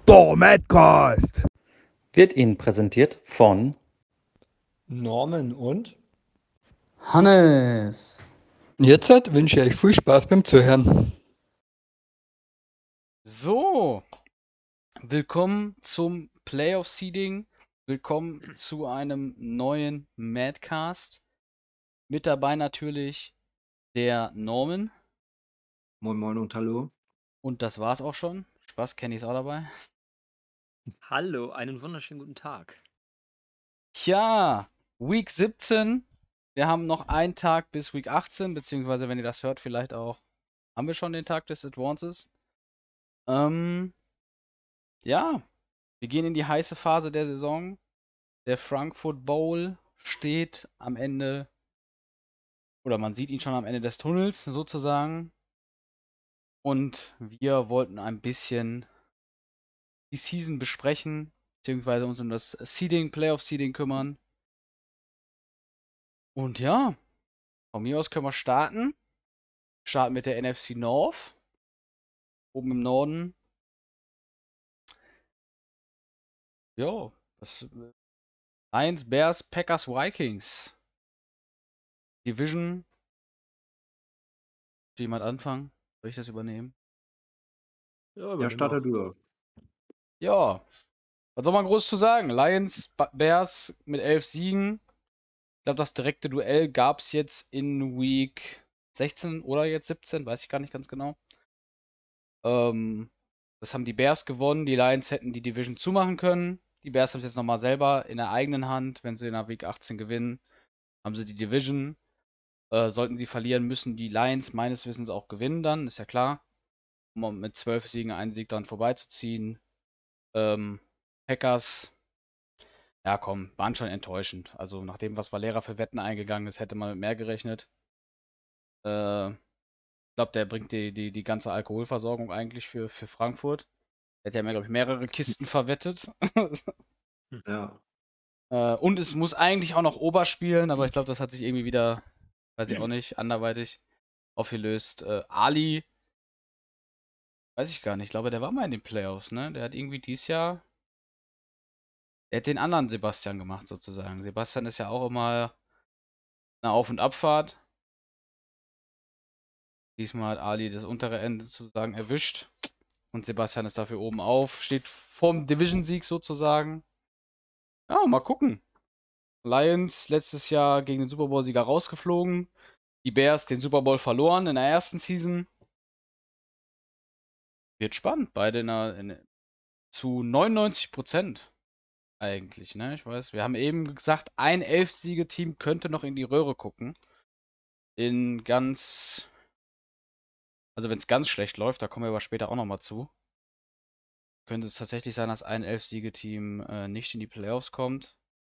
Der Madcast wird Ihnen präsentiert von Norman und Hannes. Jetzt wünsche ich euch viel Spaß beim Zuhören. So, willkommen zum Playoff-Seeding. Willkommen zu einem neuen Madcast. Mit dabei natürlich der Norman. Moin Moin und Hallo. Und das war's auch schon. Spaß, Kenny ist auch dabei. Hallo, einen wunderschönen guten Tag. Tja, Week 17. Wir haben noch einen Tag bis Week 18, beziehungsweise wenn ihr das hört, vielleicht auch, haben wir schon den Tag des Advances. Ja, wir gehen in die heiße Phase der Saison. Der Frankfurt Bowl steht am Ende, oder man sieht ihn schon am Ende des Tunnels sozusagen. Und wir wollten ein bisschen die Season besprechen, beziehungsweise uns um das Seeding, Playoff-Seeding kümmern. Und ja, von mir aus können wir starten. Starten mit der NFC North. Oben im Norden. Ja, das Lions, Bears, Packers, Vikings. Division. Will jemand anfangen? Soll ich das übernehmen? Ja, startet du. Ja, was soll man groß zu sagen? Lions, Bears mit 11 Siegen. Ich glaube, das direkte Duell gab es jetzt in Week 16 oder jetzt 17, weiß ich gar nicht ganz genau. Das haben die Bears gewonnen. Die Lions hätten die Division zumachen können. Die Bears haben es jetzt nochmal selber in der eigenen Hand. Wenn sie in der Week 18 gewinnen, haben sie die Division. Sollten sie verlieren, müssen die Lions meines Wissens auch gewinnen dann, ist ja klar. Um mit 12 Siegen einen Sieg dann vorbeizuziehen. Packers, ja komm, waren schon enttäuschend. Also nach dem, was Valera für Wetten eingegangen ist, hätte man mit mehr gerechnet. Ich glaube, der bringt die ganze Alkoholversorgung eigentlich für Frankfurt. Der hat ja, glaube ich, mehrere Kisten verwettet. Ja. Und es muss eigentlich auch noch Ober spielen, aber ich glaube, das hat sich irgendwie wieder, weiß ich auch nicht, anderweitig aufgelöst. Ali, weiß ich gar nicht, ich glaube, der war mal in den Playoffs, ne? Der hat irgendwie dieses Jahr, der hat den anderen Sebastian gemacht, sozusagen. Sebastian ist ja auch immer eine Auf- und Abfahrt. Diesmal hat Ali das untere Ende sozusagen erwischt. Und Sebastian ist dafür oben auf. Steht vorm Division-Sieg sozusagen. Ja, mal gucken. Lions letztes Jahr gegen den Super Bowl-Sieger rausgeflogen. Die Bears den Super Bowl verloren in der ersten Season. Wird spannend. Beide zu 99% eigentlich, ne? Ich weiß, wir haben eben gesagt, ein 11-Siege-Team könnte noch in die Röhre gucken. Also wenn es ganz schlecht läuft, da kommen wir aber später auch nochmal zu. Könnte es tatsächlich sein, dass ein 11-Siege-Team nicht in die Playoffs kommt.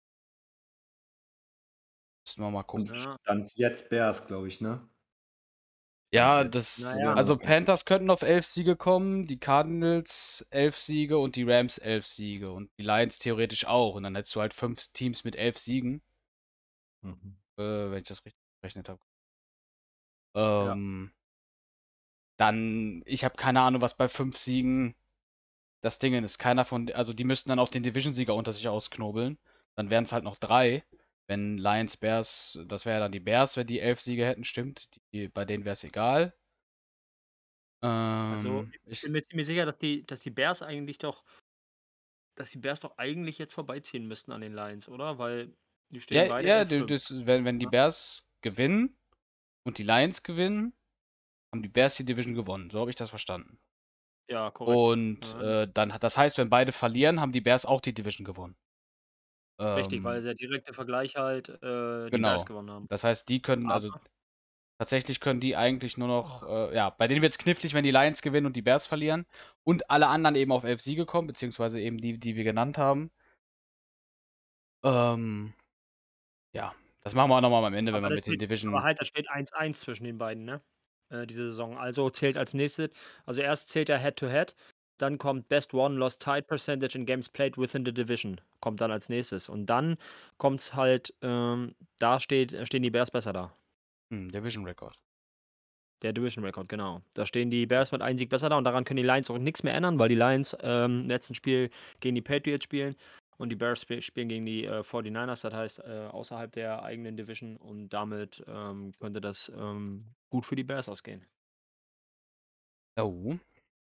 Müssen wir mal gucken. Stand jetzt Bears, glaube ich, ne? Ja, Naja. also Panthers könnten auf 11 Siege kommen, die Cardinals 11 Siege und die Rams 11 Siege und die Lions theoretisch auch. Und dann hättest du halt 5 Teams mit 11 Siegen, wenn ich das richtig gerechnet habe. Dann, ich habe keine Ahnung, was bei 5 Siegen das Ding ist. Also die müssten dann auch den Division-Sieger unter sich ausknobeln. Dann wären es halt noch 3. Wenn Lions, Bears, das wäre ja dann die Bears, wenn die 11 Siege hätten, stimmt. Bei denen wäre es egal. Also ich bin mir ziemlich sicher, dass die Bears doch eigentlich jetzt vorbeiziehen müssten an den Lions, oder? Weil die stehen beide Ja, 11-5. wenn die Bears gewinnen und die Lions gewinnen, haben die Bears die Division gewonnen. So habe ich das verstanden. Ja, korrekt. Und das heißt, wenn beide verlieren, haben die Bears auch die Division gewonnen. Richtig, weil der direkte Vergleich halt die Bears Genau. gewonnen haben. Das heißt, die können, also Aber tatsächlich können die eigentlich nur noch, ja, bei denen wird es knifflig, wenn die Lions gewinnen und die Bears verlieren. Und alle anderen eben auf 11 Siege kommen, beziehungsweise eben die wir genannt haben. Ja, das machen wir auch nochmal am Ende, wenn wir mit den Division. aber halt, da steht 1-1 zwischen den beiden, ne? Diese Saison. Also zählt als nächstes, also erst zählt ja Head-to-Head, dann kommt Best One Lost Tide Percentage in Games Played within the Division. Kommt dann als nächstes. Und dann kommt's halt, stehen die Bears besser da. Division Record. Der Division Record, genau. Da stehen die Bears mit einem Sieg besser da und daran können die Lions auch nichts mehr ändern, weil die Lions im letzten Spiel gegen die Patriots spielen und die Bears spielen gegen die 49ers, das heißt außerhalb der eigenen Division und damit könnte das gut für die Bears ausgehen. Oh.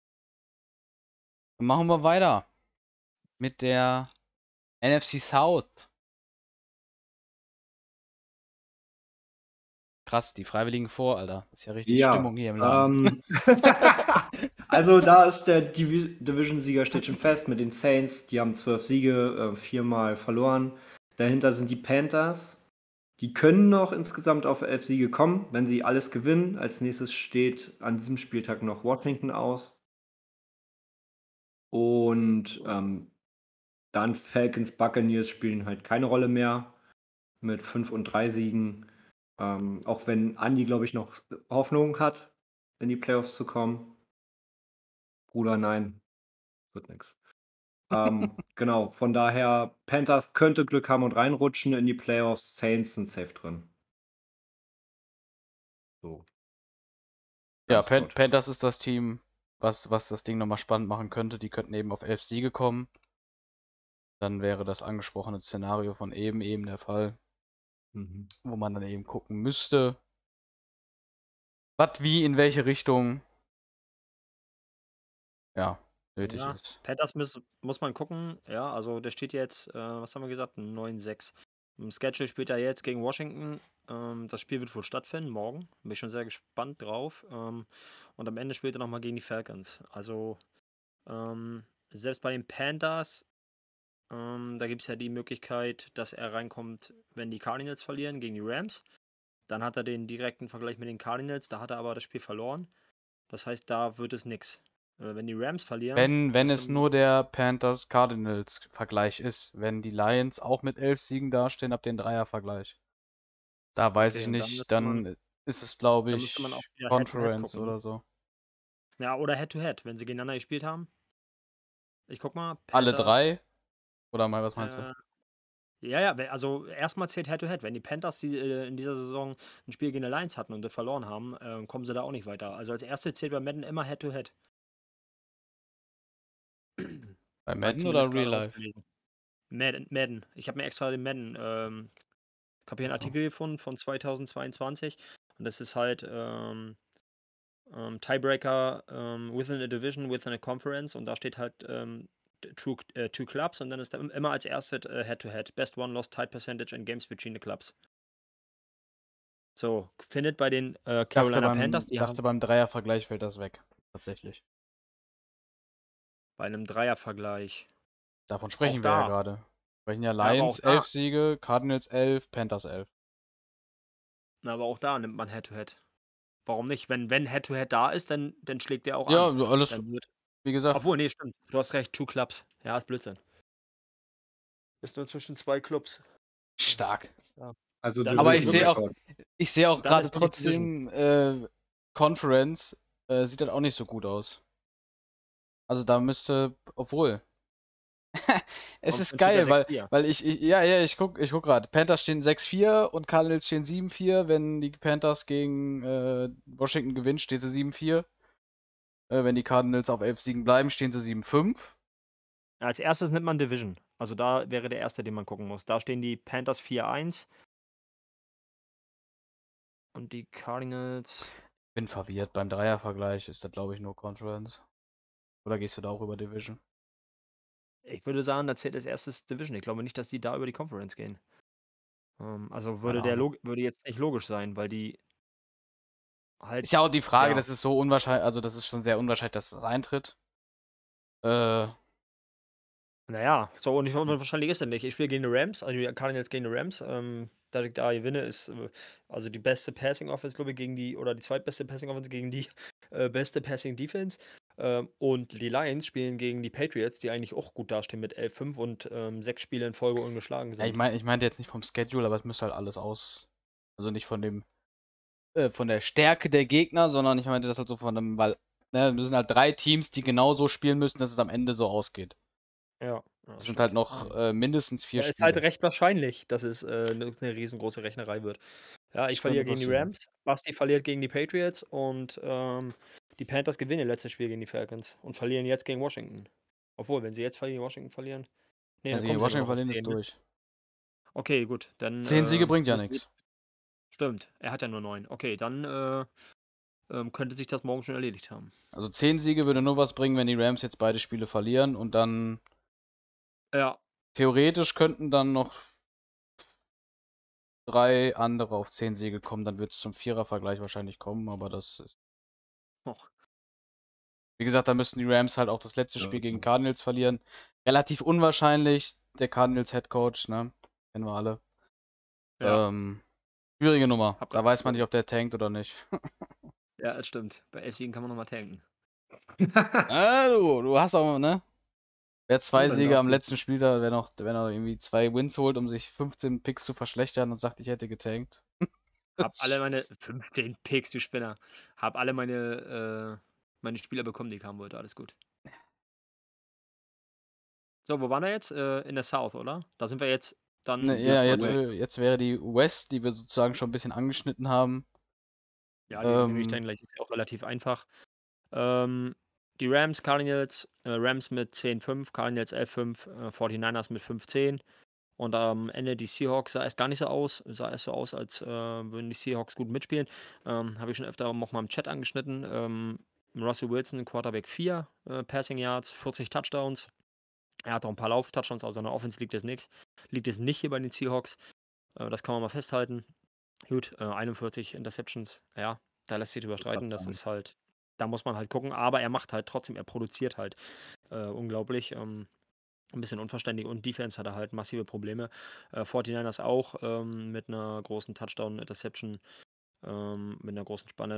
Dann machen wir weiter mit der NFC South. Krass, die Freiwilligen vor, Alter. Ist ja richtig Ja, Stimmung hier im Laden. Also da ist der Division-Sieger steht schon fest mit den Saints. Die haben 12 Siege, 4-mal verloren. Dahinter sind die Panthers. Die können noch insgesamt auf 11 Siege kommen, wenn sie alles gewinnen. Als nächstes steht an diesem Spieltag noch Washington aus. Und dann Falcons, Buccaneers spielen halt keine Rolle mehr mit 5 und 3 Siegen. Auch wenn Andi, glaube ich, noch Hoffnung hat, in die Playoffs zu kommen. Bruder, nein, wird nix. Genau, von daher, Panthers könnte Glück haben und reinrutschen in die Playoffs. Saints sind safe drin. So. Ja, Ganz flott. Panthers ist das Team, was das Ding nochmal spannend machen könnte. Die könnten eben auf 11 Siege kommen. Dann wäre das angesprochene Szenario von eben der Fall, Mhm. wo man dann eben gucken müsste, was wie in welche Richtung nötig Ja, ist. Panthers muss man gucken. Ja, also der steht jetzt, was haben wir gesagt? 9-6. Im Schedule spielt er jetzt gegen Washington. Das Spiel wird wohl stattfinden morgen. Bin ich schon sehr gespannt drauf. Und am Ende spielt er nochmal gegen die Falcons. Also selbst bei den Panthers, da gibt es ja die Möglichkeit, dass er reinkommt, wenn die Cardinals verlieren gegen die Rams. Dann hat er den direkten Vergleich mit den Cardinals. Da hat er aber das Spiel verloren. Das heißt, da wird es nichts. Wenn die Rams verlieren. Wenn das es dann- nur der Panthers-Cardinals-Vergleich ist, wenn die Lions auch mit 11 Siegen dastehen, ab den Dreier-Vergleich. Da weiß Okay, ich und dann nicht, müsste man- dann ist es, glaube dann müsste man auch ich, wieder Head-to-Head Conference gucken, ne? oder so. Ja, oder Head-to-Head, wenn sie gegeneinander gespielt haben. Ich guck mal. Alle Panthers, drei? Oder mal, was meinst du? Ja, also erstmal zählt Head-to-Head. Wenn die Panthers in dieser Saison ein Spiel gegen die Lions hatten und das verloren haben, kommen sie da auch nicht weiter. Also als erstes zählt bei Madden immer Head-to-Head. Bei Hab ich Madden oder zumindest gerade Real Life? ausgelesen. Madden. Ich habe mir extra den Madden, ich habe hier einen Ach so. Artikel gefunden von 2022 und das ist halt Tiebreaker within a division, within a conference und da steht halt two clubs und dann ist da immer als erstes Head-to-Head. Best one lost tied percentage in games between the clubs. So, findet bei den Carolina Panthers, die haben Beim Dreier-Vergleich fällt das weg. Tatsächlich. bei einem Dreiervergleich. Davon sprechen Auch wir ja da. gerade. Wir sprechen ja aber Lions auch da. 11 Siege, Cardinals 11, Panthers 11. Aber auch da nimmt man Head-to-Head. Warum nicht? Wenn Head-to-Head da ist, dann schlägt der auch Ja, an. alles, Dann wird, wie gesagt. obwohl, nee, stimmt. Du hast recht, two Clubs. Ja, ist Blödsinn. Ist nur zwischen zwei Clubs. Stark. Also Dann Aber Division ich sehe auch Dann gerade ist wirklich trotzdem, Conference sieht das auch nicht so gut aus. Also da müsste, obwohl. Es ist geil, weil ich guck gerade. Panthers stehen 6-4 und Cardinals stehen 7-4. Wenn die Panthers gegen Washington gewinnen, stehen sie 7-4. Wenn die Cardinals auf 11 Siegen bleiben, stehen sie 7-5. Als erstes nimmt man Division. Also da wäre der erste, den man gucken muss. Da stehen die Panthers 4-1. Und die Cardinals. Bin verwirrt. Beim Dreiervergleich ist das, glaube ich, nur Conference. Oder gehst du da auch über Division? Ich würde sagen, da zählt als erstes Division. Ich glaube nicht, dass die da über die Conference gehen. Also würde Keine Ahnung. würde jetzt nicht logisch sein, weil die halt. Ist ja auch die Frage, Ja. das ist so unwahrscheinlich, also das ist schon sehr unwahrscheinlich, dass das eintritt. Naja, so und wahrscheinlich ist es nicht. Ich spiele gegen die Rams, also die Cardinals gegen die Rams. Da ich da gewinne, ist also die beste Passing Offense, glaube ich, gegen die, oder die zweitbeste Passing Offense gegen die beste Passing Defense. Und die Lions spielen gegen die Patriots, die eigentlich auch gut dastehen mit 11-5 und 6 Spiele in Folge ungeschlagen Ja, sind. ich meinte jetzt nicht vom Schedule, aber es müsste halt alles aus. Also nicht von dem, von der Stärke der Gegner, sondern ich meinte das halt so von dem, weil, ne, wir sind halt 3 Teams, die genauso spielen müssen, dass es am Ende so ausgeht. Ja. Es sind halt noch mindestens 4 Ja, ist Spiele. halt recht wahrscheinlich, dass es eine riesengroße Rechnerei wird. Ja, ich Das könnte verliere gegen die passieren. Rams, Basti verliert gegen die Patriots und die Panthers gewinnen ihr letztes Spiel gegen die Falcons und verlieren jetzt gegen Washington. Obwohl, wenn sie jetzt gegen Washington verlieren. Nee, Wenn dann sie gegen kommen sie nur Washington noch auf verlieren, 10, ist ne? durch. Okay, gut. Dann 10 Siege bringt ja müssen sie. nichts. Stimmt, er hat ja nur 9. Okay, dann könnte sich das morgen schon erledigt haben. Also 10 Siege würde nur was bringen, wenn die Rams jetzt beide Spiele verlieren und dann Ja, theoretisch könnten dann noch 3 andere auf 10 Siege kommen, dann wird es zum Vierer-Vergleich wahrscheinlich kommen, aber das ist. Och. Wie gesagt, da müssten die Rams halt auch das letzte Ja. Spiel gegen Cardinals verlieren. Relativ unwahrscheinlich, der Cardinals Head Coach, ne? Kennen wir alle. Ja. Schwierige Nummer. Hab Da grad weiß man gesehen. nicht, ob der tankt oder nicht. Ja, das stimmt. Bei 11 Siegen kann man nochmal tanken. Du hast auch, ne? Wer 2 dann Siege am darfst du- letzten Spieltag, wer noch irgendwie 2 Wins holt, um sich 15 Picks zu verschlechtern und sagt, ich hätte getankt. Hab alle meine 15 Picks, du Spinner. Hab alle meine Spieler bekommen, die ich haben wollte. Alles gut. So, wo waren wir jetzt? In der South, oder? Da sind wir jetzt dann. Ne, jetzt ja, bei jetzt, West. jetzt wäre die West, die wir sozusagen schon ein bisschen angeschnitten haben. Ja, die nehme ich dann gleich. Ist ja auch relativ einfach. Die Rams, Cardinals, Rams mit 10-5, Cardinals 11-5, 49ers mit 5-10. Und am Ende die Seahawks sah es gar nicht so aus. Sah es so aus, als würden die Seahawks gut mitspielen. Habe ich schon öfter auch mal im Chat angeschnitten. Russell Wilson, Quarterback 4, Passing Yards, 40 Touchdowns. Er hat auch ein paar Lauf-Touchdowns, also an der Offense liegt es nicht hier bei den Seahawks. Das kann man mal festhalten. Gut, 41 Interceptions, ja, da lässt sich drüber streiten. Das ist halt, da muss man halt gucken, aber er macht halt trotzdem, er produziert halt unglaublich. Ein bisschen unverständlich und Defense hat er halt massive Probleme. 49ers auch mit einer großen Touchdown-Interception, mit einer großen Spanne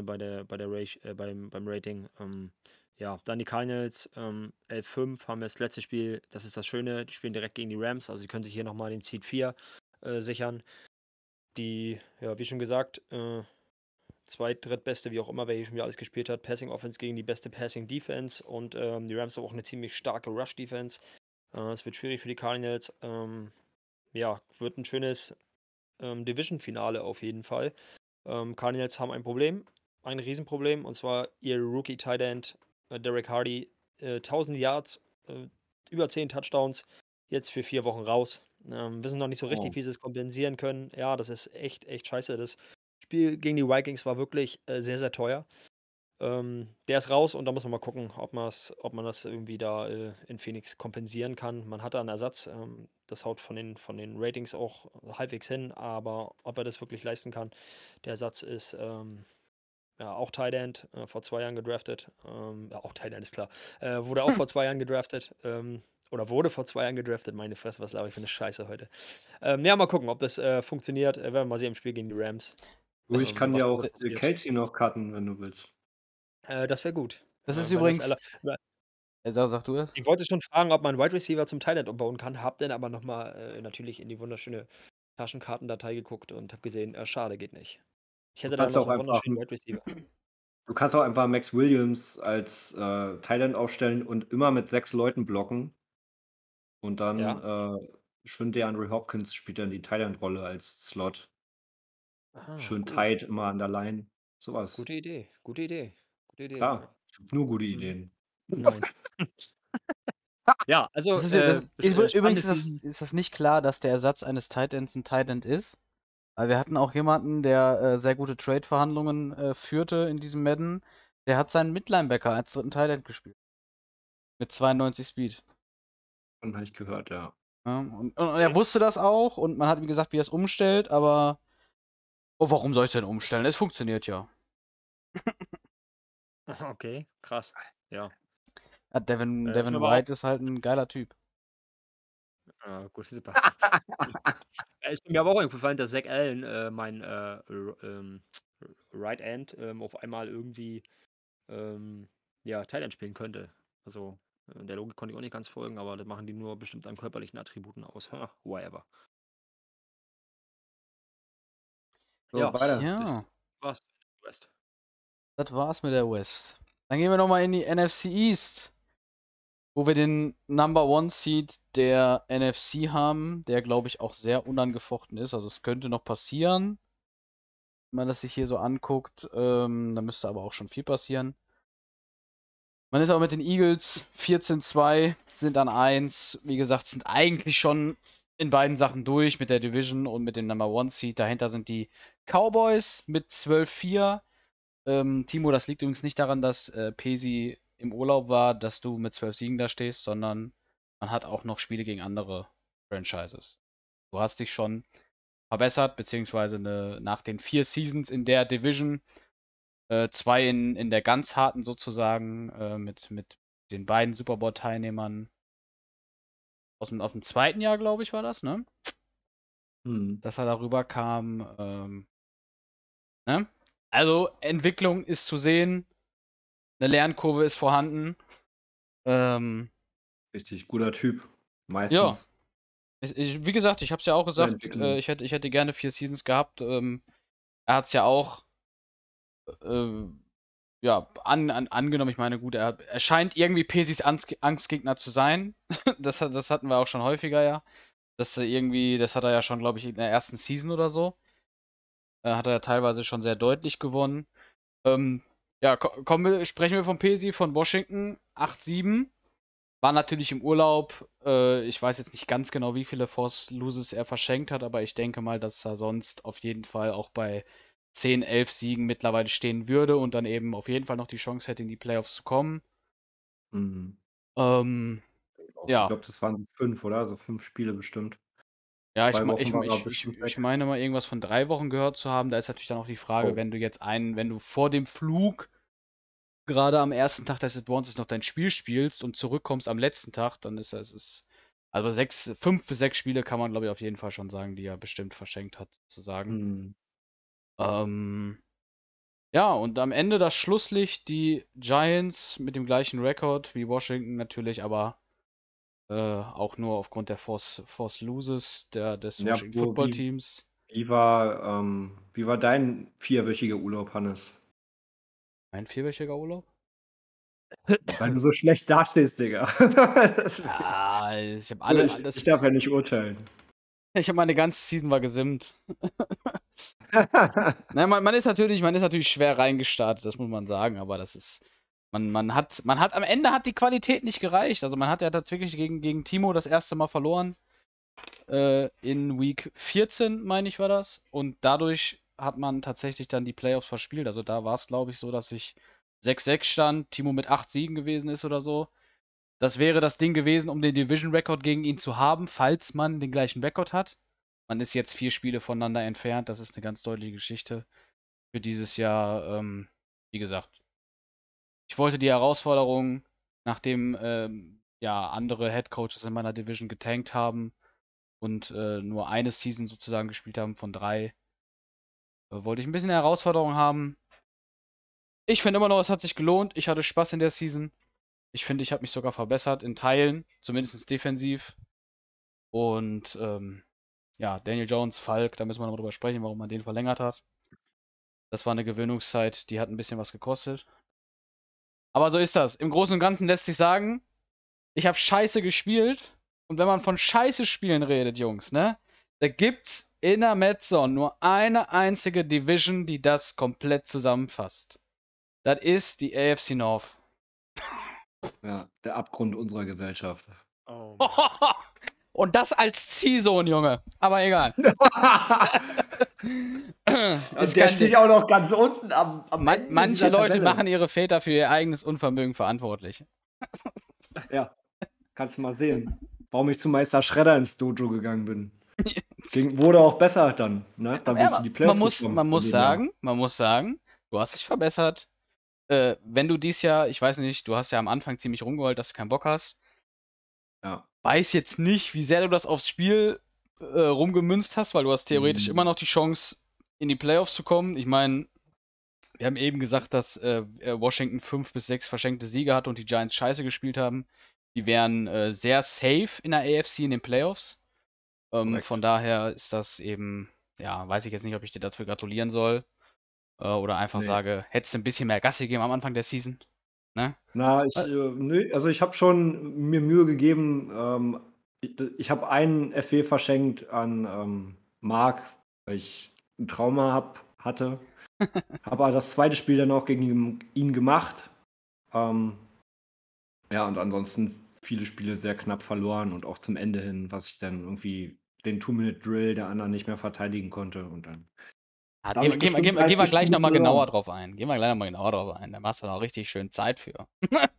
beim Rating. Ja, dann die Cardinals 11-5 haben wir das letzte Spiel. Das ist das Schöne, die spielen direkt gegen die Rams, also sie können sich hier nochmal den Seed 4 sichern. Die, ja, wie schon gesagt, drittbeste, wie auch immer, wer hier schon wieder alles gespielt hat, Passing Offense gegen die beste Passing Defense und die Rams haben auch eine ziemlich starke Rush Defense. Es wird schwierig für die Cardinals. Ja, wird ein schönes Division-Finale auf jeden Fall. Cardinals haben ein Problem, ein Riesenproblem, und zwar ihr Rookie-Tight End Derek Hardy, 1000 Yards, über 10 Touchdowns, jetzt für 4 Wochen raus. Wissen noch nicht so richtig, Oh. wie sie es kompensieren können. Ja, das ist echt scheiße. Das Spiel gegen die Vikings war wirklich sehr, sehr teuer. Der ist raus und da muss man mal gucken, ob man das irgendwie da in Phoenix kompensieren kann. Man hat da einen Ersatz, das haut von den Ratings auch halbwegs hin, aber ob er das wirklich leisten kann, der Ersatz ist ja auch Tight End, vor 2 Jahren gedraftet. Ja, auch Tight End ist klar. Wurde auch vor 2 Jahren gedraftet. Oder wurde vor 2 Jahren gedraftet. Meine Fresse, was laber ich für eine Scheiße heute. Ja, mal gucken, ob das funktioniert. Werden wir mal sehen im Spiel gegen die Rams. Du, ich kann was ja auch passiert. Kelsey noch cutten, wenn du willst. Das wäre gut. Das ist Wenn übrigens. weil Sag du es? ich wollte schon fragen, ob man Wide Receiver zum Tight End umbauen kann, habe dann aber nochmal natürlich in die wunderschöne Taschenkartendatei geguckt und habe gesehen, schade, geht nicht. Ich hätte da kannst noch auch einen einfach wunderschönen Wide Receiver. Du kannst auch einfach Max Williams als Tight End aufstellen und immer mit 6 Leuten blocken. Und dann Ja. schön DeAndre Hopkins spielt dann die Tight End-Rolle als Slot. Schön Gut. tight, immer an der Line. Sowas. Gute Idee. Gute Idee. Gute Idee. Klar, ich hab nur gute Mhm. Ideen. Nein. Ja, also Das ist, übrigens spannendes ist das nicht klar, dass der Ersatz eines Tight Ends ein Tight End ist. Weil wir hatten auch jemanden, der sehr gute Trade-Verhandlungen führte in diesem Madden. Der hat seinen Midlinebacker als dritten Tight End gespielt. Mit 92 Speed. Davon habe ich gehört, ja. Ja, und er wusste das auch und man hat ihm gesagt, wie er es umstellt, aber oh, warum soll ich es denn umstellen? Es funktioniert ja. Okay, krass. Ja. Ja, Devin ist mir aber White ist halt ein geiler Typ. Gut, super. Ist mir aber auch aufgefallen, dass Zach Allen, mein Right End, auf einmal irgendwie ja, Tight End spielen könnte. Also der Logik konnte ich auch nicht ganz folgen, aber das machen die nur bestimmt an körperlichen Attributen aus. Whatever. So, Ja, weiter. Ja, was? West. das war's mit der West. Dann gehen wir nochmal in die NFC East, wo wir den Number One Seed der NFC haben, der glaube ich auch sehr unangefochten ist. Also es könnte noch passieren, wenn man das sich hier so anguckt. Da müsste aber auch schon viel passieren. Man ist aber mit den Eagles 14-2, sind an 1. Wie gesagt, sind eigentlich schon in beiden Sachen durch mit der Division und mit dem Number One Seed. Dahinter sind die Cowboys mit 12-4. Timo, das liegt übrigens nicht daran, dass Pesi im Urlaub war, dass du mit 12 Siegen da stehst, sondern man hat auch noch Spiele gegen andere Franchises. Du hast dich schon verbessert, beziehungsweise nach den 4 Seasons in der Division, 2 in der ganz harten sozusagen, mit den beiden Super Bowl-Teilnehmern aus dem zweiten Jahr, glaube ich, war das, ne? Dass er darüber kam. Ne? Also, Entwicklung ist zu sehen. Eine Lernkurve ist vorhanden. Richtig guter Typ. Ja. Meistens. Wie gesagt, ich habe es ja auch gesagt, Entwicklung. ich hätte gerne 4 Seasons gehabt. Er hat es ja auch ja, angenommen. Ich meine, gut, er scheint irgendwie Pesis Angstgegner zu sein. Das hatten wir auch schon häufiger, ja. Das hat er ja schon, glaube ich, in der ersten Season oder so. Hat er ja teilweise schon sehr deutlich gewonnen. Ja, sprechen wir von Pesi von Washington. 8-7. War natürlich im Urlaub. Ich weiß jetzt nicht ganz genau, wie viele Force Loses er verschenkt hat, aber ich denke mal, dass er sonst auf jeden Fall auch bei 10, 11 Siegen mittlerweile stehen würde und dann eben auf jeden Fall noch die Chance hätte, in die Playoffs zu kommen. Mhm. Ich Ja. glaube, das waren so 5, oder? So 5 Spiele bestimmt. Ja, 2 Wochen war er bestimmt ich weg. meine mal irgendwas von 3 Wochen gehört zu haben. Da ist natürlich dann auch die Frage, Oh. wenn du vor dem Flug gerade am ersten Tag des Advances noch dein Spiel spielst und zurückkommst am letzten Tag, dann ist es. Also 5 bis 6 Spiele kann man, glaube ich, auf jeden Fall schon sagen, die er bestimmt verschenkt hat, sozusagen. Ja, und am Ende das Schlusslicht, die Giants mit dem gleichen Rekord wie Washington natürlich, aber auch nur aufgrund der Force Loses des Ja, Washington Football Teams. Wie war dein 4-wöchiger Urlaub, Hannes? Ein 4-wöchiger Urlaub? Weil du so schlecht dastehst, Digga. Ja, ich habe Ich darf ja nicht urteilen. Ich habe meine ganze Season war gesimmt. Naja, man ist natürlich schwer reingestartet, das muss man sagen, aber das ist. Man hat am Ende hat die Qualität nicht gereicht. Also man hat ja tatsächlich gegen Timo das erste Mal verloren. In Week 14, meine ich, war das. Und dadurch hat man tatsächlich dann die Playoffs verspielt. Also da war es, glaube ich, so, dass ich 6-6 stand, Timo mit 8 Siegen gewesen ist oder so. Das wäre das Ding gewesen, um den Division-Record gegen ihn zu haben, falls man den gleichen Record hat. Man ist jetzt 4 Spiele voneinander entfernt. Das ist eine ganz deutliche Geschichte für dieses Jahr. Wie gesagt, ich wollte die Herausforderung, nachdem ja andere Headcoaches in meiner Division getankt haben und nur eine Season sozusagen gespielt haben von 3, wollte ich ein bisschen eine Herausforderung haben. Ich finde immer noch, es hat sich gelohnt. Ich hatte Spaß in der Season. Ich finde, ich habe mich sogar verbessert in Teilen, zumindest defensiv. Und ja, Daniel Jones, Falk, da müssen wir noch drüber sprechen, warum man den verlängert hat. Das war eine Gewöhnungszeit, die hat ein bisschen was gekostet. Aber so ist das. Im Großen und Ganzen lässt sich sagen, ich habe scheiße gespielt. Und wenn man von scheiße Spielen redet, Jungs, ne? Da gibt's in der Medzone nur eine einzige Division, die das komplett zusammenfasst. Das ist die AFC North. Ja, der Abgrund unserer Gesellschaft. Oh. Und das als Ziehsohn, Junge. Aber egal. Der steht auch noch ganz unten am Ende Manche dieser Leute Tabelle. machen ihre Väter für ihr eigenes Unvermögen verantwortlich. Ja, kannst du mal sehen, warum ich zu Meister Schredder ins Dojo gegangen bin. Wurde auch besser dann, ne? Dann bin ich in die Playoffs gekommen man von muss dem Jahr. sagen, du hast dich verbessert. Wenn du dies Jahr, ich weiß nicht, du hast ja am Anfang ziemlich rumgeheult, dass du keinen Bock hast. Ja. Weiß jetzt nicht, wie sehr du das aufs Spiel rumgemünzt hast, weil du hast theoretisch immer noch die Chance, in die Playoffs zu kommen. Ich meine, wir haben eben gesagt, dass Washington 5 bis 6 verschenkte Siege hat und die Giants scheiße gespielt haben. Die wären sehr safe in der AFC in den Playoffs. Von daher ist das eben, ja, weiß ich jetzt nicht, ob ich dir dafür gratulieren soll. Oder einfach sage, hättest du ein bisschen mehr Gas gegeben am Anfang der Season. Ne? Na, nö, also ich habe schon mir Mühe gegeben. Ich habe einen FW verschenkt an Marc, weil ich ein Trauma hatte. Habe aber das zweite Spiel dann auch gegen ihn gemacht. Ja, und ansonsten viele Spiele sehr knapp verloren und auch zum Ende hin, was ich dann irgendwie den Two-Minute-Drill der anderen nicht mehr verteidigen konnte und dann damit bestimmt Gehen 3, 4 wir gleich Spiele nochmal genauer verloren. drauf ein. Gehen wir gleich nochmal genauer drauf ein. Da machst du noch richtig schön Zeit für.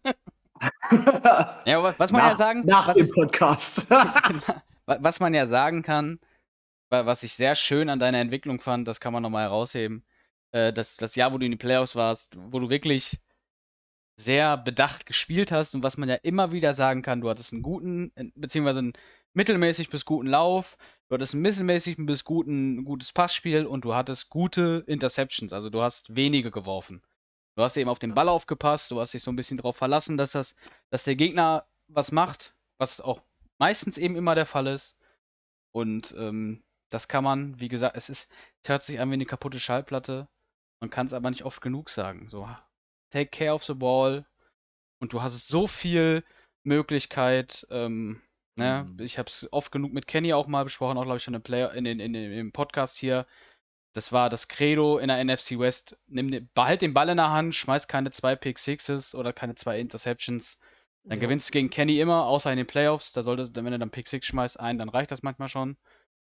Ja, aber was man ja sagen, Nach dem was, Podcast. genau, was man ja sagen kann, was ich sehr schön an deiner Entwicklung fand, das kann man nochmal herausheben, das Jahr, wo du in die Playoffs warst, wo du wirklich sehr bedacht gespielt hast und was man ja immer wieder sagen kann, du hattest einen guten, beziehungsweise einen mittelmäßig bis guten Lauf, du hattest ein mittelmäßig bis gutes Passspiel und du hattest gute Interceptions, also du hast wenige geworfen. Du hast eben auf den Ball aufgepasst, du hast dich so ein bisschen darauf verlassen, dass der Gegner was macht, was auch meistens eben immer der Fall ist. Und das kann man, wie gesagt, es hört sich an wie eine kaputte Schallplatte. Man kann es aber nicht oft genug sagen. So, take care of the ball. Und du hast so viel Möglichkeit. Ne? Ich habe es oft genug mit Kenny auch mal besprochen, auch glaube ich schon im Podcast hier. Das war das Credo in der NFC West. Behalt den Ball in der Hand, schmeiß keine 2 Pick Sixes oder keine 2 Interceptions. Dann Ja. gewinnst du gegen Kenny immer, außer in den Playoffs. Wenn du dann Pick Six schmeißt dann reicht das manchmal schon.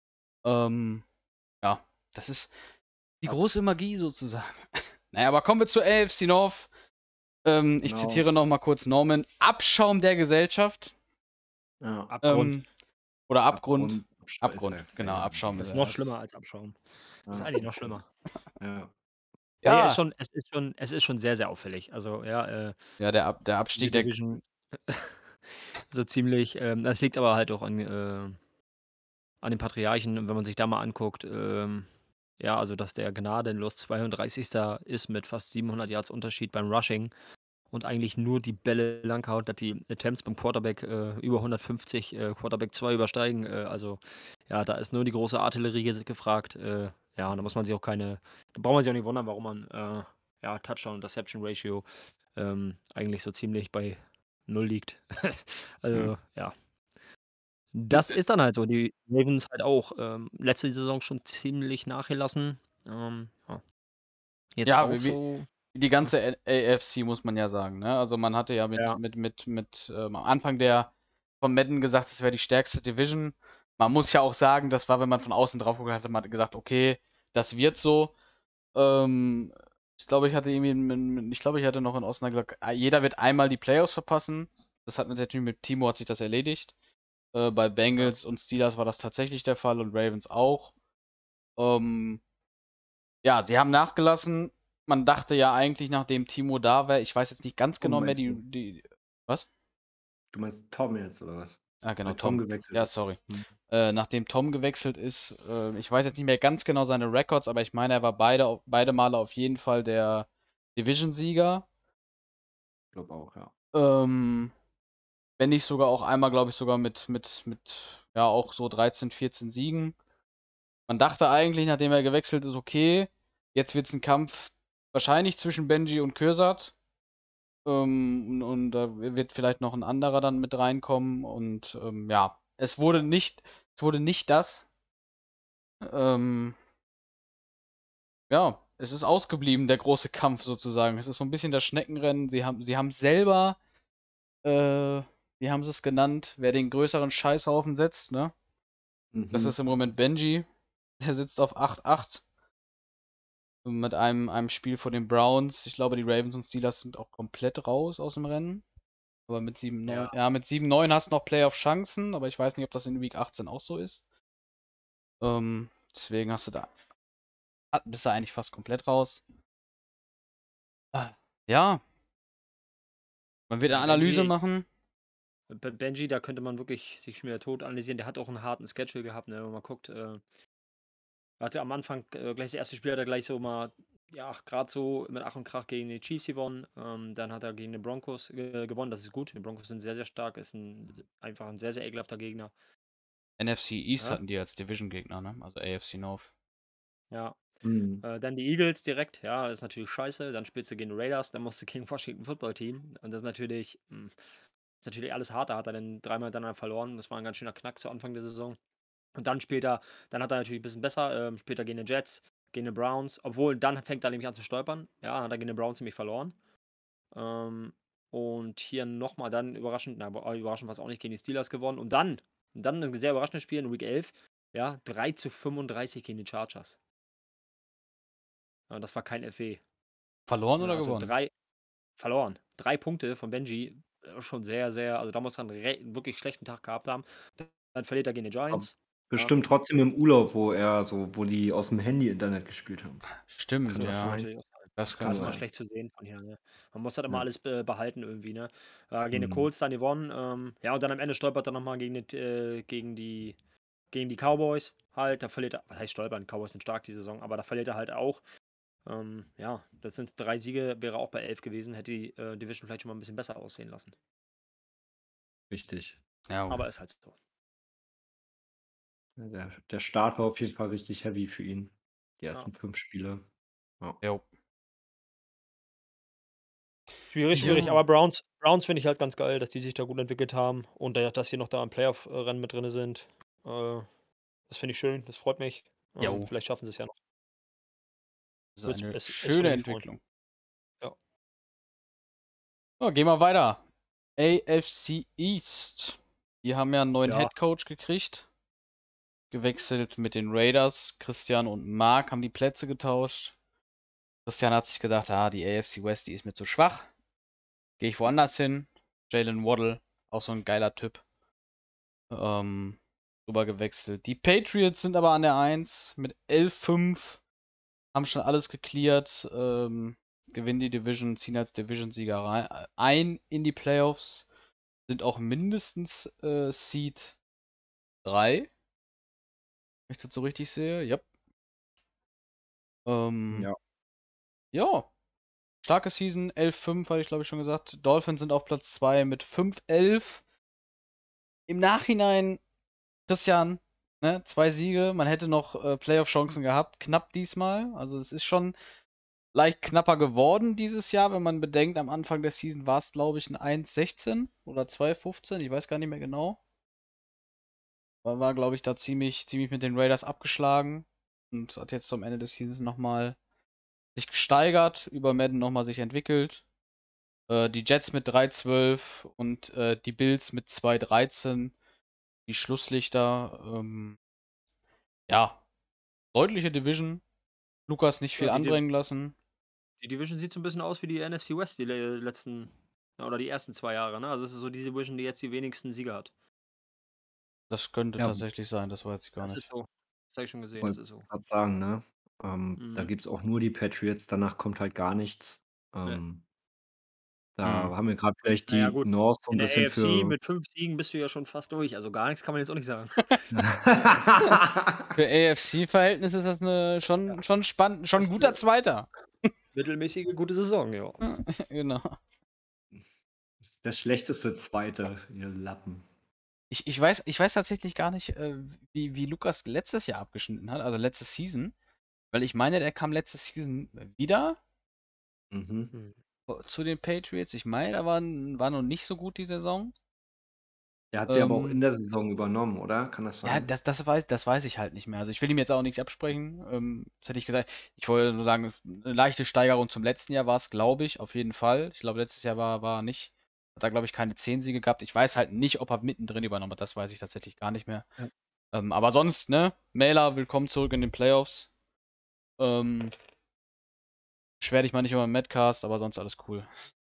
Ja, das ist die große Magie sozusagen. Naja, aber kommen wir zur AFC North. Ich Genau. zitiere noch mal kurz Norman. Abschaum der Gesellschaft. Ja. Abgrund. Oder Abgrund. Ist Abgrund, heißt, genau, ja. Abschaum Das ist ist noch das. schlimmer als Abschaum. Das ist Ja. eigentlich noch schlimmer. Ja. Nee, Ja, es ist schon sehr, sehr auffällig. Also, ja, ja der die Abstieg der. Division so ziemlich, das liegt aber halt auch an den Patriarchen. Und wenn man sich da mal anguckt, ja, also, dass der gnadenlos 32. ist mit fast 700 Yards Unterschied beim Rushing und eigentlich nur die Bälle langhaut, dass die Attempts beim Quarterback über 150, Quarterback 2 übersteigen. Also, ja, da ist nur die große Artillerie gefragt. Ja, da braucht man sich auch nicht wundern, warum man, ja, Touchdown-Interception-Ratio eigentlich so ziemlich bei 0 liegt. Also, ja. Das ist dann halt so. Die Ravens halt auch, letzte Saison schon ziemlich nachgelassen. Ja. Jetzt Ja, auch wie so. die ganze AFC muss man ja sagen, ne? Also man hatte ja Ja. am Anfang von Madden gesagt, es wäre die stärkste Division. Man muss ja auch sagen, das war, wenn man von außen drauf geguckt hat, man gesagt, okay, das wird so. Ich glaube, ich hatte noch in Osnabrück gesagt, jeder wird einmal die Playoffs verpassen. Das hat natürlich mit Timo hat sich das erledigt. Bei Bengals und Steelers war das tatsächlich der Fall und Ravens auch. Ja, sie haben nachgelassen. Man dachte ja eigentlich, nachdem Timo da wäre, ich weiß jetzt nicht ganz Tom genau mehr, meinst du? was? Du meinst Tom jetzt, oder was? Ah, genau, Weil Tom Tom. gewechselt Ja, ist. sorry. Hm. Nachdem Tom gewechselt ist, ich weiß jetzt nicht mehr ganz genau seine Records, aber ich meine, er war beide Male auf jeden Fall der Division-Sieger. Ich glaube auch, ja. Wenn nicht sogar auch einmal, glaube ich, sogar mit ja, auch so 13, 14 Siegen. Man dachte eigentlich, nachdem er gewechselt ist, okay, jetzt wird es ein Kampf wahrscheinlich zwischen Benji und Kürsat. Und da wird vielleicht noch ein anderer dann mit reinkommen. Und ja, es wurde nicht das. Ähm, ja, es ist ausgeblieben, der große Kampf sozusagen. Es ist so ein bisschen das Schneckenrennen. Sie haben selber, wie haben sie es genannt, wer den größeren Scheißhaufen setzt, ne? Das ist im Moment Benji. Der sitzt auf 8-8. Mit einem Spiel vor den Browns. Ich glaube, die Ravens und Steelers sind auch komplett raus aus dem Rennen. Aber mit 7-9, ja, mit 7-9 hast du noch Playoff-Chancen, aber ich weiß nicht, ob das in Week 18 auch so ist. Deswegen bist du eigentlich fast komplett raus. Ja, man wird eine Analyse machen. Benji, da könnte man wirklich sich schon wieder tot analysieren. Der hat auch einen harten Schedule gehabt, ne? Wenn man mal guckt, er hatte am Anfang, gleich das erste Spiel hat er gleich so mal, ja, gerade so mit Ach und Krach gegen die Chiefs gewonnen. Dann hat er gegen die Broncos gewonnen, das ist gut. Die Broncos sind sehr, sehr stark, ist einfach ein sehr, sehr ekelhafter Gegner. NFC East Ja. hatten die als Division-Gegner, ne? Also AFC North. Ja. Dann die Eagles direkt, ja, ist natürlich scheiße. Dann spielst du gegen die Raiders, dann musst du gegen Washington Football Team. Und das ist natürlich alles hart. Da hat er dann dreimal hintereinander verloren. Das war ein ganz schöner Knack zu Anfang der Saison. Und dann hat er natürlich ein bisschen besser, spielt er gegen die Jets, gegen die Browns, obwohl dann fängt er nämlich an zu stolpern. Ja, dann hat er gegen die Browns nämlich verloren. Und hier nochmal dann überraschend war es auch nicht, gegen die Steelers gewonnen. Und dann ein sehr überraschendes Spiel in Week 11. Ja, 3-35 gegen die Chargers. Ja, das war kein FW. Verloren Ja, oder also gewonnen? verloren. 3 Punkte von Benji. Schon sehr, sehr, also da muss er einen wirklich schlechten Tag gehabt haben. Dann verliert er gegen die Aber Giants. bestimmt trotzdem im Urlaub, wo die aus dem Handy-Internet gespielt haben. Stimmt, Kann das ja. sein? Natürlich auch sein. Das Kann kann Das ist immer sein. sein. schlecht zu sehen von hier, ne? Man muss halt immer Ja. alles behalten irgendwie, ne? Gegen die Mhm. Colts dann gewonnen. Ja, und dann am Ende stolpert er nochmal gegen die Cowboys halt. Da verliert er, was heißt stolpern? Cowboys sind stark die Saison, aber da verliert er halt auch. Ja, das sind 3 Siege, wäre auch bei 11 gewesen, hätte die Division vielleicht schon mal ein bisschen besser aussehen lassen. Richtig. Ja, Aber ist halt so. Ja, der Start war auf jeden Fall richtig heavy für ihn. Die Ja. ersten 5 Spiele. Ja. jo. Schwierig, Ja. aber Browns finde ich halt ganz geil, dass die sich da gut entwickelt haben und dass sie noch da im Playoff-Rennen mit drin sind. Das finde ich schön, das freut mich. Jo. Vielleicht schaffen sie es ja noch. Das ist eine Es schöne würde mich freuen. Entwicklung. Ja. So, gehen wir weiter. AFC East. Die haben ja einen neuen Ja. Headcoach gekriegt. Gewechselt mit den Raiders. Christian und Mark haben die Plätze getauscht. Christian hat sich gesagt, die AFC West, die ist mir zu schwach. Gehe ich woanders hin. Jalen Waddle, auch so ein geiler Typ. Rüber gewechselt. Die Patriots sind aber an der 1 mit 11-5. Haben schon alles geklärt. Gewinnen die Division, ziehen als Division-Sieger ein in die Playoffs. Sind auch mindestens Seed 3. Wenn ich das so richtig sehe. Yep. Ja. Ja. Starke Season. 11-5, hatte ich glaube ich schon gesagt. Dolphins sind auf Platz 2 mit 5-11. Im Nachhinein, Christian, ne, 2 Siege. Man hätte noch Playoff-Chancen gehabt. Knapp diesmal. Also es ist schon leicht knapper geworden dieses Jahr, wenn man bedenkt, am Anfang der Season war es, glaube ich, ein 1,16 oder 2,15. Ich weiß gar nicht mehr genau. War glaube ich, da ziemlich mit den Raiders abgeschlagen und hat jetzt zum Ende des Seasons nochmal sich gesteigert, über Madden nochmal sich entwickelt. Die Jets mit 3-12 und die Bills mit 2-13. Die Schlusslichter. Ja, deutliche Division. Lukas nicht viel Ja, anbringen lassen. die Division sieht so ein bisschen aus wie die NFC West die letzten oder die ersten 2 Jahre, ne? Also es ist so die Division, die jetzt die wenigsten Siege hat. Das könnte Ja. tatsächlich sein, das weiß ich gar Das nicht. ist so. Das habe ich schon gesehen, das Wollte ist so. grad sagen, ne? Da Mhm. gibt's auch nur die Patriots, danach kommt halt gar nichts. Da haben wir gerade vielleicht Na ja, die gut. North so In ein der bisschen AFC für mit 5 Siegen bist du ja schon fast durch. Also gar nichts kann man jetzt auch nicht sagen. Für AFC-Verhältnisse ist das schon spannend, schon ein Das, guter Zweiter. Mittelmäßige gute Saison, ja. Genau. der schlechteste Zweite, ihr Lappen. Ich weiß tatsächlich gar nicht, wie Lukas letztes Jahr abgeschnitten hat, also letzte Season. Weil ich meine, der kam letzte Season wieder Mhm. zu den Patriots. Ich meine, da war noch nicht so gut die Saison. Der hat sie aber auch Ähm, in der Saison übernommen, oder? Kann das Ja, sein? das weiß ich halt nicht mehr. Also ich will ihm jetzt auch nichts absprechen. Das hätte ich gesagt. Ich wollte nur sagen, eine leichte Steigerung zum letzten Jahr war es, glaube ich, auf jeden Fall. Ich glaube, letztes Jahr war nicht. Hat er, glaube ich, keine 10 Siege gehabt. Ich weiß halt nicht, ob er mittendrin übernommen hat. Das weiß ich tatsächlich gar nicht mehr. Ja. Aber sonst, ne? Mailer, willkommen zurück in den Playoffs. Beschwer dich mal nicht über den Madcast, aber sonst alles cool.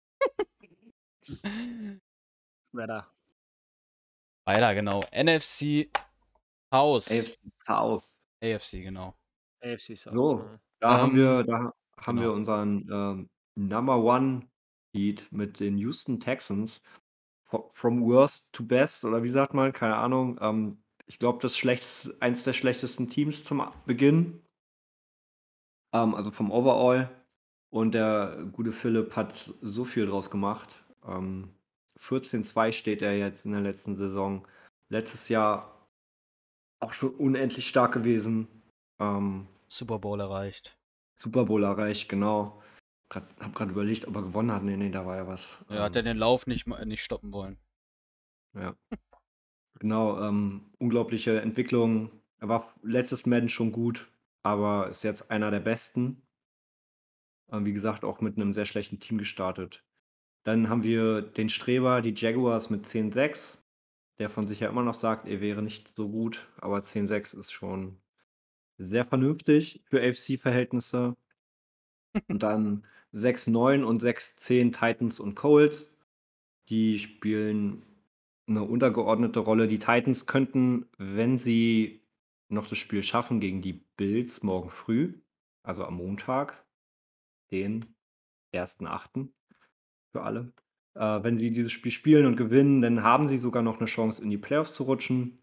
Wer da? Weiter, genau. NFC House. AFC South. AFC, genau. AFC South. So, Ja. da haben wir genau. unseren Number One Seed mit den Houston Texans. From worst to best, oder wie sagt man? Keine Ahnung. Ich glaube, eins der schlechtesten Teams zum Beginn. Also vom Overall. Und der gute Philipp hat so viel draus gemacht. 14-2 steht er jetzt in der letzten Saison. Letztes Jahr auch schon unendlich stark gewesen. Super Bowl erreicht. Super Bowl erreicht, genau. Hab gerade überlegt, ob er gewonnen hat. Nee, da war ja was. Ja, hat er den Lauf nicht stoppen wollen. Ja. Genau, unglaubliche Entwicklung. Er war letztes Madden schon gut. aber ist jetzt einer der besten. Wie gesagt, auch mit einem sehr schlechten Team gestartet. Dann haben wir den Streber, die Jaguars mit 10-6, der von sich ja immer noch sagt, er wäre nicht so gut, aber 10-6 ist schon sehr vernünftig für AFC-Verhältnisse. Und dann 6-9 und 6-10 Titans und Colts. Die spielen eine untergeordnete Rolle. Die Titans könnten, wenn sie noch das Spiel schaffen gegen die Bills morgen früh, also am Montag, den 1.8. für alle. Wenn sie dieses Spiel spielen und gewinnen, dann haben sie sogar noch eine Chance, in die Playoffs zu rutschen.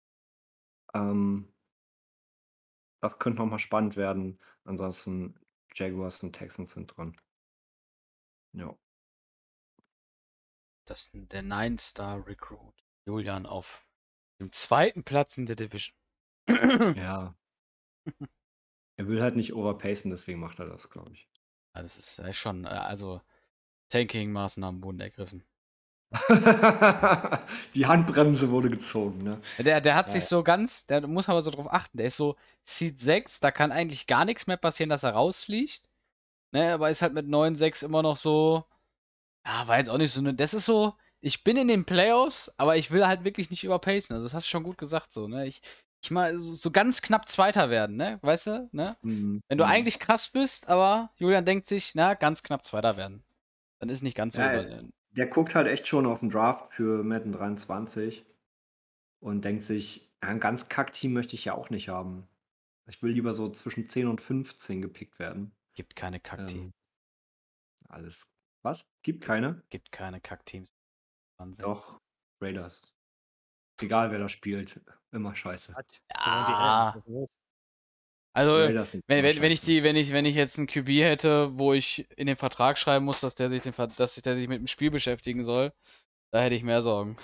Das könnte noch mal spannend werden. Ansonsten Jaguars und Texans sind dran. Ja. Das ist der 9-Star-Recruit. Julian auf dem 2. Platz in der Division. Ja. Er will halt nicht overpacen, deswegen macht er das, glaube ich. Ja, das ist schon, also Tanking-Maßnahmen wurden ergriffen. Die Handbremse wurde gezogen, ne? Der hat Ja, sich so ganz, der muss aber so drauf achten, der ist so Seed 6, da kann eigentlich gar nichts mehr passieren, dass er rausfliegt. Ne, aber ist halt mit 9-6 immer noch so, ja, war jetzt auch nicht so, das ist so, ich bin in den Playoffs, aber ich will halt wirklich nicht überpacen. Also das hast du schon gut gesagt, so, ne? Ich mal so ganz knapp Zweiter werden, ne? Weißt du, ne? Wenn du eigentlich krass bist, aber Julian denkt sich, na, ganz knapp Zweiter werden. Dann ist nicht ganz so Ja, der guckt halt echt schon auf den Draft für Madden 23 und denkt sich, ja, ein ganz Kack-Team möchte ich ja auch nicht haben. Ich will lieber so zwischen 10 und 15 gepickt werden. Gibt keine Kackteams. Alles. Was? Gibt keine? Gibt keine Kackteams. Wahnsinn. Doch, Raiders. Egal wer da spielt, immer scheiße. Ja. Also, Raiders sind immer wenn scheiße. wenn ich jetzt einen QB hätte, wo ich in den Vertrag schreiben muss, dass der sich mit dem Spiel beschäftigen soll, da hätte ich mehr Sorgen.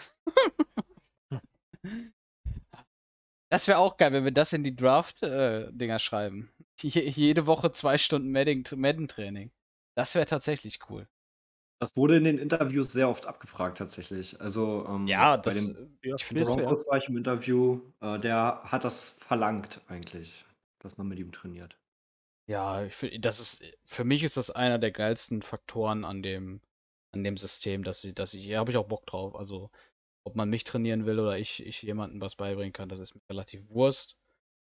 Das wäre auch geil, wenn wir das in die Draft-Dinger schreiben. Jede Woche 2 Stunden Madden-Training. Das wäre tatsächlich cool. Das wurde in den Interviews sehr oft abgefragt, tatsächlich. Also, Ja, bei das, den ich finde das Broncos war ich im Interview. Der hat das verlangt, eigentlich, dass man mit ihm trainiert. Ja, für mich ist das einer der geilsten Faktoren an dem System, dass ich habe ich auch Bock drauf. Also, ob man mich trainieren will oder ich jemandem was beibringen kann, das ist mir relativ Wurst.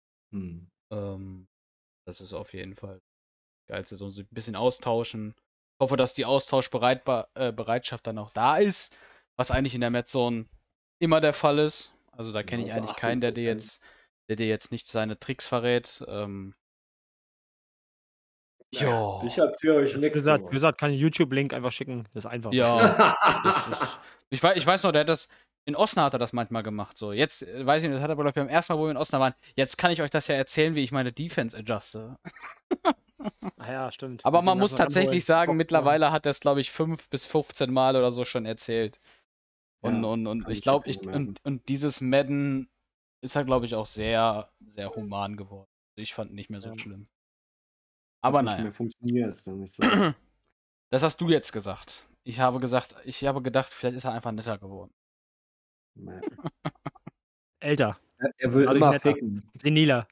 Das ist auf jeden Fall das Geilste, so ein bisschen austauschen. Ich hoffe, dass die Austauschbereitschaft dann auch da ist, was eigentlich in der Madzone immer der Fall ist. Also da kenne ich zu eigentlich keinen, der dir 80%. jetzt nicht seine Tricks verrät. Ja. Ich erzähle euch nächste Woche. Gesagt, kann ich YouTube-Link einfach schicken. Das ist einfach. Ja. Ich weiß noch, der hat das. In Osnabrück hat er das manchmal gemacht. So, jetzt weiß ich nicht, das hat er, glaube ich, beim ersten Mal, wo wir in Osnabrück waren. Jetzt kann ich euch das ja erzählen, wie ich meine Defense adjuste. Ach ja, stimmt. Aber Mit man dem muss ganzen tatsächlich Rambo sagen, Box, mittlerweile hat er es, glaube ich, 5 bis 15 Mal oder so schon erzählt. Und, Ja, und kann ich ich glaube, jetzt merken. und dieses Madden ist halt, glaube ich, auch sehr, sehr human geworden. Ich fand nicht mehr so Ja. schlimm. Hat Aber nicht naja. mehr funktioniert, sagen wir so. Das hast du jetzt gesagt. Ich habe gedacht, vielleicht ist er einfach netter geworden. Nee. Älter. Er will Dadurch immer netter. ficken. Seniler.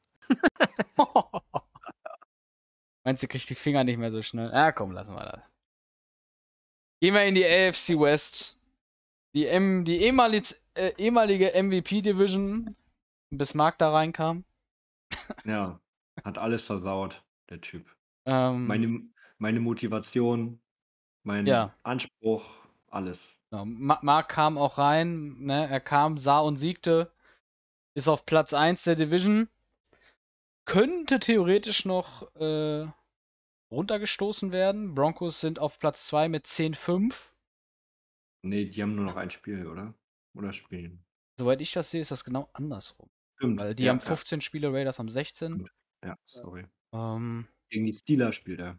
Meinst du, kriegt die Finger nicht mehr so schnell? Ja, komm, lassen wir das. Gehen wir in die AFC West. Die ehemalige MVP-Division, bis Mark da reinkam. Ja, hat alles versaut, der Typ. Ähm, Meine Motivation, mein Ja. Anspruch, alles. Genau. Mark kam auch rein, ne? Er kam, sah und siegte, ist auf Platz 1 der Division. Könnte theoretisch noch runtergestoßen werden. Broncos sind auf Platz 2 mit 10-5. Nee, die haben nur noch ein Spiel, oder? Oder spielen. Soweit ich das sehe, ist das genau andersrum. Stimmt. Weil die ja, haben 15 Spiele, Raiders haben 16. Stimmt. Ja, sorry. Ähm, Gegen die Steelers spielt er.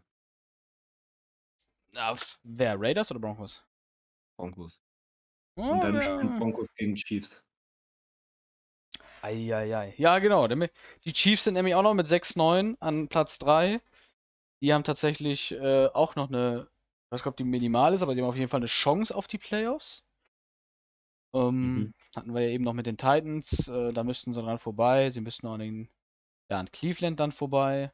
Wer? Raiders oder Broncos? Broncos. Oh, Und dann ja. spielen Broncos gegen Chiefs. Eieiei. Ja, genau. Die Chiefs sind nämlich auch noch mit 6-9 an Platz 3. Die haben tatsächlich auch noch eine, ich weiß nicht, ob die minimal ist, aber die haben auf jeden Fall eine Chance auf die Playoffs. Hatten wir ja eben noch mit den Titans. Da müssten sie dran vorbei. Sie müssten auch an den ja, an Cleveland dann vorbei.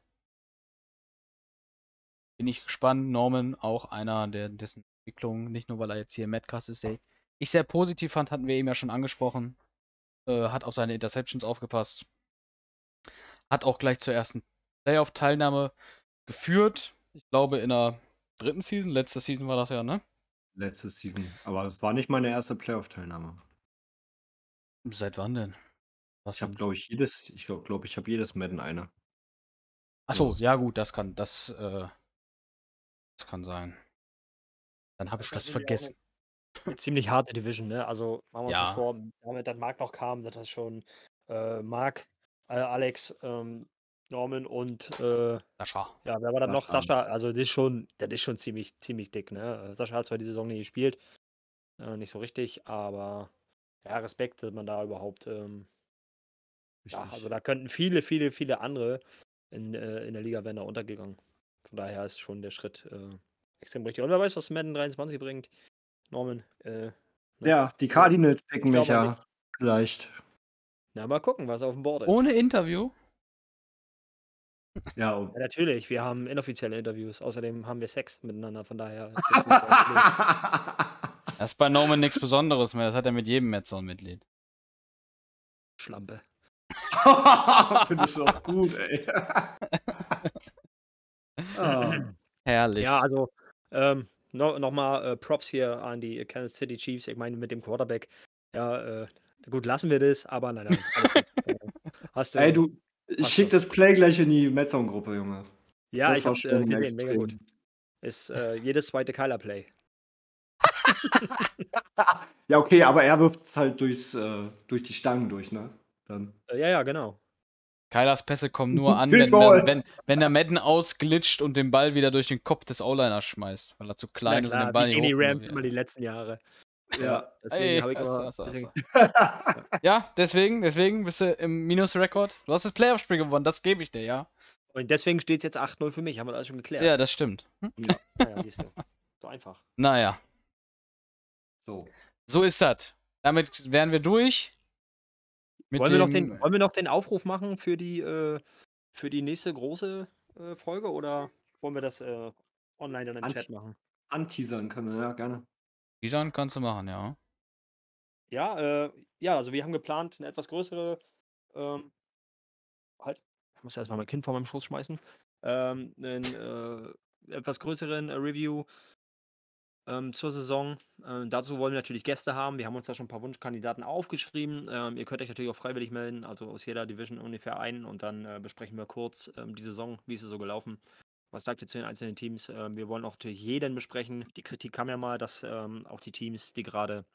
Bin ich gespannt. Norman, auch einer, dessen Entwicklung, nicht nur weil er jetzt hier im Madcast ist, ich sehr positiv fand, hatten wir eben ja schon angesprochen. Hat auf seine Interceptions aufgepasst. Hat auch gleich zur ersten Playoff-Teilnahme geführt. Ich glaube in der 3. Season. Letzte Season war das ja, ne? Letzte Season. Aber das war nicht meine erste Playoff-Teilnahme. Seit wann denn? Was Ich habe, denn? glaube ich, ich habe jedes Madden eine. Achso, Los. ja gut, das kann sein. Dann habe ich das ist nämlich auch vergessen. eine ziemlich harte Division, ne? Also machen wir uns Ja. nicht vor, damit dann Marc noch kam, das ist schon Marc, Alex, Norman und Sascha. ja, wer war dann noch? Sascha. Sascha, also das ist schon ziemlich dick, ne? Sascha hat zwar die Saison nie gespielt, nicht so richtig, aber ja, Respekt, dass man da überhaupt, ja, Richtig. also da könnten viele andere in der Liga wären da untergegangen. Von daher ist schon der Schritt extrem richtig. Und wer weiß, was Madden 23 bringt. Norman, ne? Ja, die Cardinals picken Ich mich glaube ja vielleicht. Na, mal gucken, was auf dem Board ist. Ohne Interview? Ja, Ja, natürlich, wir haben inoffizielle Interviews. Außerdem haben wir Sex miteinander, von daher. ist das nicht so blöd. Das ist bei Norman nichts Besonderes mehr. Das hat er mit jedem Metzon-Mitglied. Schlampe. Findest du auch gut, ey. Herrlich. Ja, also nochmal Props hier an die Kansas City Chiefs. Ich meine, mit dem Quarterback, ja, gut, lassen wir das, aber nein, alles gut. Hast du, Ey, du, ich passt schick schon. das Play gleich in die Metzon-Gruppe, Junge. Ja, Das ich war hab's schon gesehen, mega extrem. gut. Ist jedes zweite Kyler-Play. Ja, okay, aber er wirft es halt durch die Stangen durch, ne? Dann. Ja, genau. Kylers Pässe kommen nur an, Big wenn Ball. der Madden ausglitscht und den Ball wieder durch den Kopf des O-Liners schmeißt, weil er zu klein Na ist und klar, den Ball wie nicht gegen die hochkriegt. Rams immer die letzten Jahre. Ja. Deswegen habe ich Ey, immer. so. Deswegen, Ja, deswegen bist du im Minus-Rekord. Du hast das Playoff-Spiel gewonnen, das gebe ich dir, ja. und deswegen steht es jetzt 8-0 für mich, haben wir alles schon geklärt. Ja, das stimmt. Ja, naja, siehst du. So einfach. Naja, So. so ist das. Damit wären wir durch. Mit Wollen wir noch den Aufruf machen für die nächste große Folge oder wollen wir das online dann im Chat machen? Anteasern können wir, ja, gerne. Bijan kannst du machen, ja. Ja, also wir haben geplant, eine etwas größere, halt, ich muss erstmal mein Kind vor meinem Schoß schmeißen, einen etwas größeren Review zur Saison. Dazu wollen wir natürlich Gäste haben. Wir haben uns da schon ein paar Wunschkandidaten aufgeschrieben. Ihr könnt euch natürlich auch freiwillig melden, also aus jeder Division ungefähr einen und dann besprechen wir kurz die Saison, wie ist es so gelaufen. Was sagt ihr zu den einzelnen Teams? Wir wollen auch natürlich jeden besprechen. Die Kritik kam ja mal, dass auch die Teams, die gerade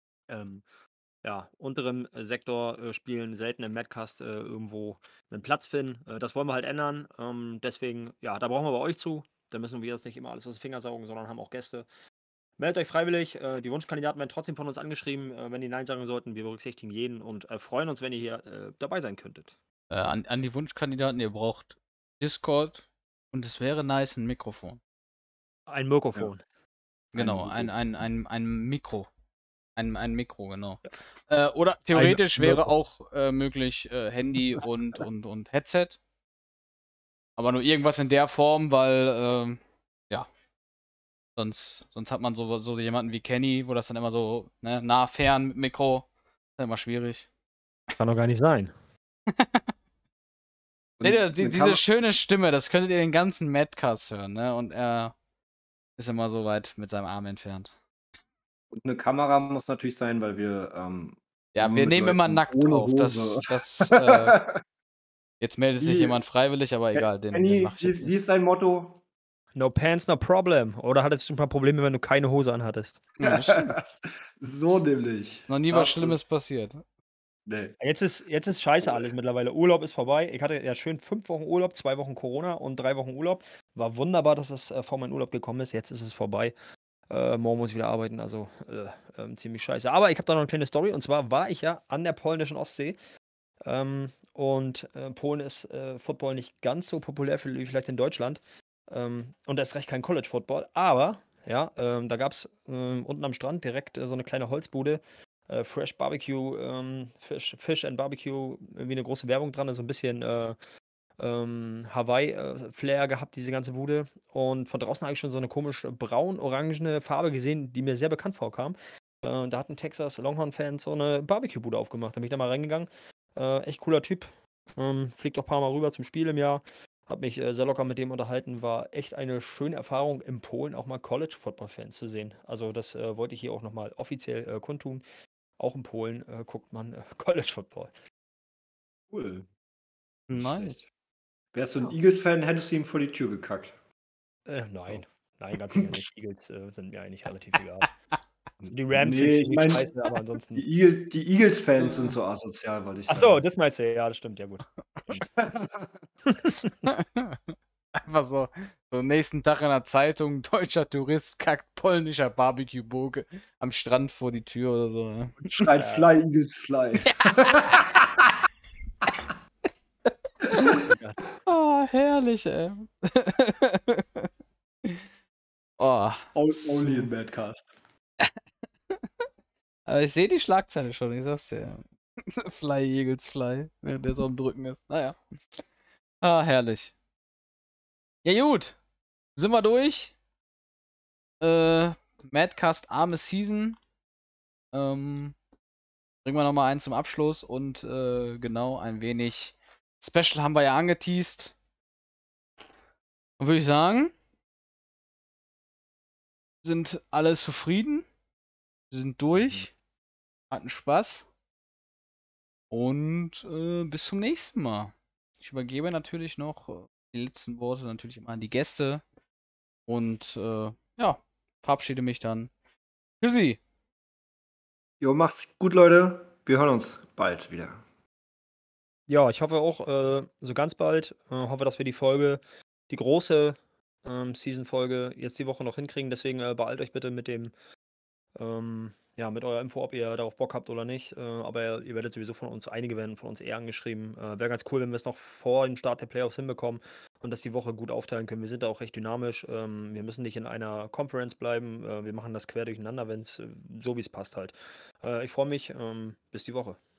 unterem Sektor spielen, selten im Madcast irgendwo einen Platz finden. Das wollen wir halt ändern. Deswegen, ja, da brauchen wir bei euch zu. Da müssen wir jetzt nicht immer alles aus den Fingern saugen, sondern haben auch Gäste. Meldet euch freiwillig. Die Wunschkandidaten werden trotzdem von uns angeschrieben, wenn die Nein sagen sollten. Wir berücksichtigen jeden und freuen uns, wenn ihr hier dabei sein könntet. An die Wunschkandidaten, ihr braucht Discord und es wäre nice ein Mikrofon. Ein Mikrofon. Genau, Ein ein Mikro. Ein Mikro, genau. Oder theoretisch wäre Mikro. auch möglich Handy und Headset. Aber nur irgendwas in der Form, weil, sonst hat man so jemanden wie Kenny, wo das dann immer so, ne, nah, fern mit Mikro. Ist ja immer schwierig. Kann doch gar nicht sein. Nee, diese schöne Stimme, das könntet ihr den ganzen Madcast hören, ne? Und er ist immer so weit mit seinem Arm entfernt. Und eine Kamera muss natürlich sein, weil wir Ja, nur wir mit nehmen immer Leuten nackt ohne drauf. Hose. Jetzt meldet sich Wie- jemand freiwillig, aber egal, den Kenny, mach ich jetzt wie nicht. ist dein Motto? No pants, no problem. Oder hattest du ein paar Probleme, wenn du keine Hose anhattest? Ja, das stimmt. So nämlich. Noch nie Das was Schlimmes ist- passiert. Nee. Jetzt ist scheiße alles mittlerweile. Urlaub ist vorbei. Ich hatte ja schön 5 Wochen Urlaub, 2 Wochen Corona und 3 Wochen Urlaub. War wunderbar, dass es vor meinem Urlaub gekommen ist. Jetzt ist es vorbei. Morgen muss ich wieder arbeiten, also ziemlich scheiße. Aber ich habe da noch eine kleine Story. Und zwar war ich ja an der polnischen Ostsee. Und Polen ist Football nicht ganz so populär wie vielleicht in Deutschland. Und da ist recht kein College-Football. Aber, ja, da gab es unten am Strand direkt so eine kleine Holzbude. Fresh Barbecue, Fish and Barbecue, irgendwie eine große Werbung dran, also ein bisschen Hawaii-Flair gehabt, diese ganze Bude. Und von draußen habe ich schon so eine komische braun-orangene Farbe gesehen, die mir sehr bekannt vorkam. Da hat ein Texas Longhorn-Fan so eine Barbecue-Bude aufgemacht. Da bin ich da mal reingegangen. Echt cooler Typ. Fliegt auch ein paar Mal rüber zum Spiel im Jahr. Hab mich sehr locker mit dem unterhalten. War echt eine schöne Erfahrung, in Polen auch mal College-Football-Fans zu sehen. Also das wollte ich hier auch nochmal offiziell kundtun. Auch in Polen guckt man College-Football. Cool. Nicht Nice. schlecht. Wärst du ein Eagles-Fan, hättest du ihm vor die Tür gekackt. Nein, ganz sicher nicht. Eagles sind mir eigentlich relativ egal. Also die Rams Nee, sind ich ziemlich mein, scheiße, aber ansonsten. Die Eagles-Fans sind so asozial, wollte ich Achso, sagen. das meinst du, ja, das stimmt, ja gut. Einfach so nächsten Tag in der Zeitung, deutscher Tourist kackt polnischer Barbecue-Boge am Strand vor die Tür oder so. Ne? Schreit Fly, Eagles, Fly. Oh, herrlich, ey. Oh. Only in Madcast. Aber ich sehe die Schlagzeile schon, ich sag's dir. Fly, Eagles, Fly, während der so am Drücken ist. Naja. Ah, herrlich. Ja, gut. Sind wir durch? Madcast arme Season. Bringen wir nochmal einen zum Abschluss und genau, ein wenig Special haben wir ja angeteased. Und würde ich sagen, sind alle zufrieden. Wir sind durch. Hatten Spaß. Und bis zum nächsten Mal. Ich übergebe natürlich noch die letzten Worte natürlich immer an die Gäste. Und ja, verabschiede mich dann. Tschüssi. Jo, macht's gut, Leute. Wir hören uns bald wieder. Ja, ich hoffe auch so ganz bald. Hoffe, dass wir die große Season-Folge jetzt die Woche noch hinkriegen. Deswegen beeilt euch bitte mit dem, mit eurer Info, ob ihr darauf Bock habt oder nicht. Aber ihr werdet sowieso einige werden von uns eher angeschrieben. Wäre ganz cool, wenn wir es noch vor dem Start der Playoffs hinbekommen und das die Woche gut aufteilen können. Wir sind da auch recht dynamisch. Wir müssen nicht in einer Conference bleiben. Wir machen das quer durcheinander, wenn es so wie es passt halt. Ich freue mich. Bis die Woche.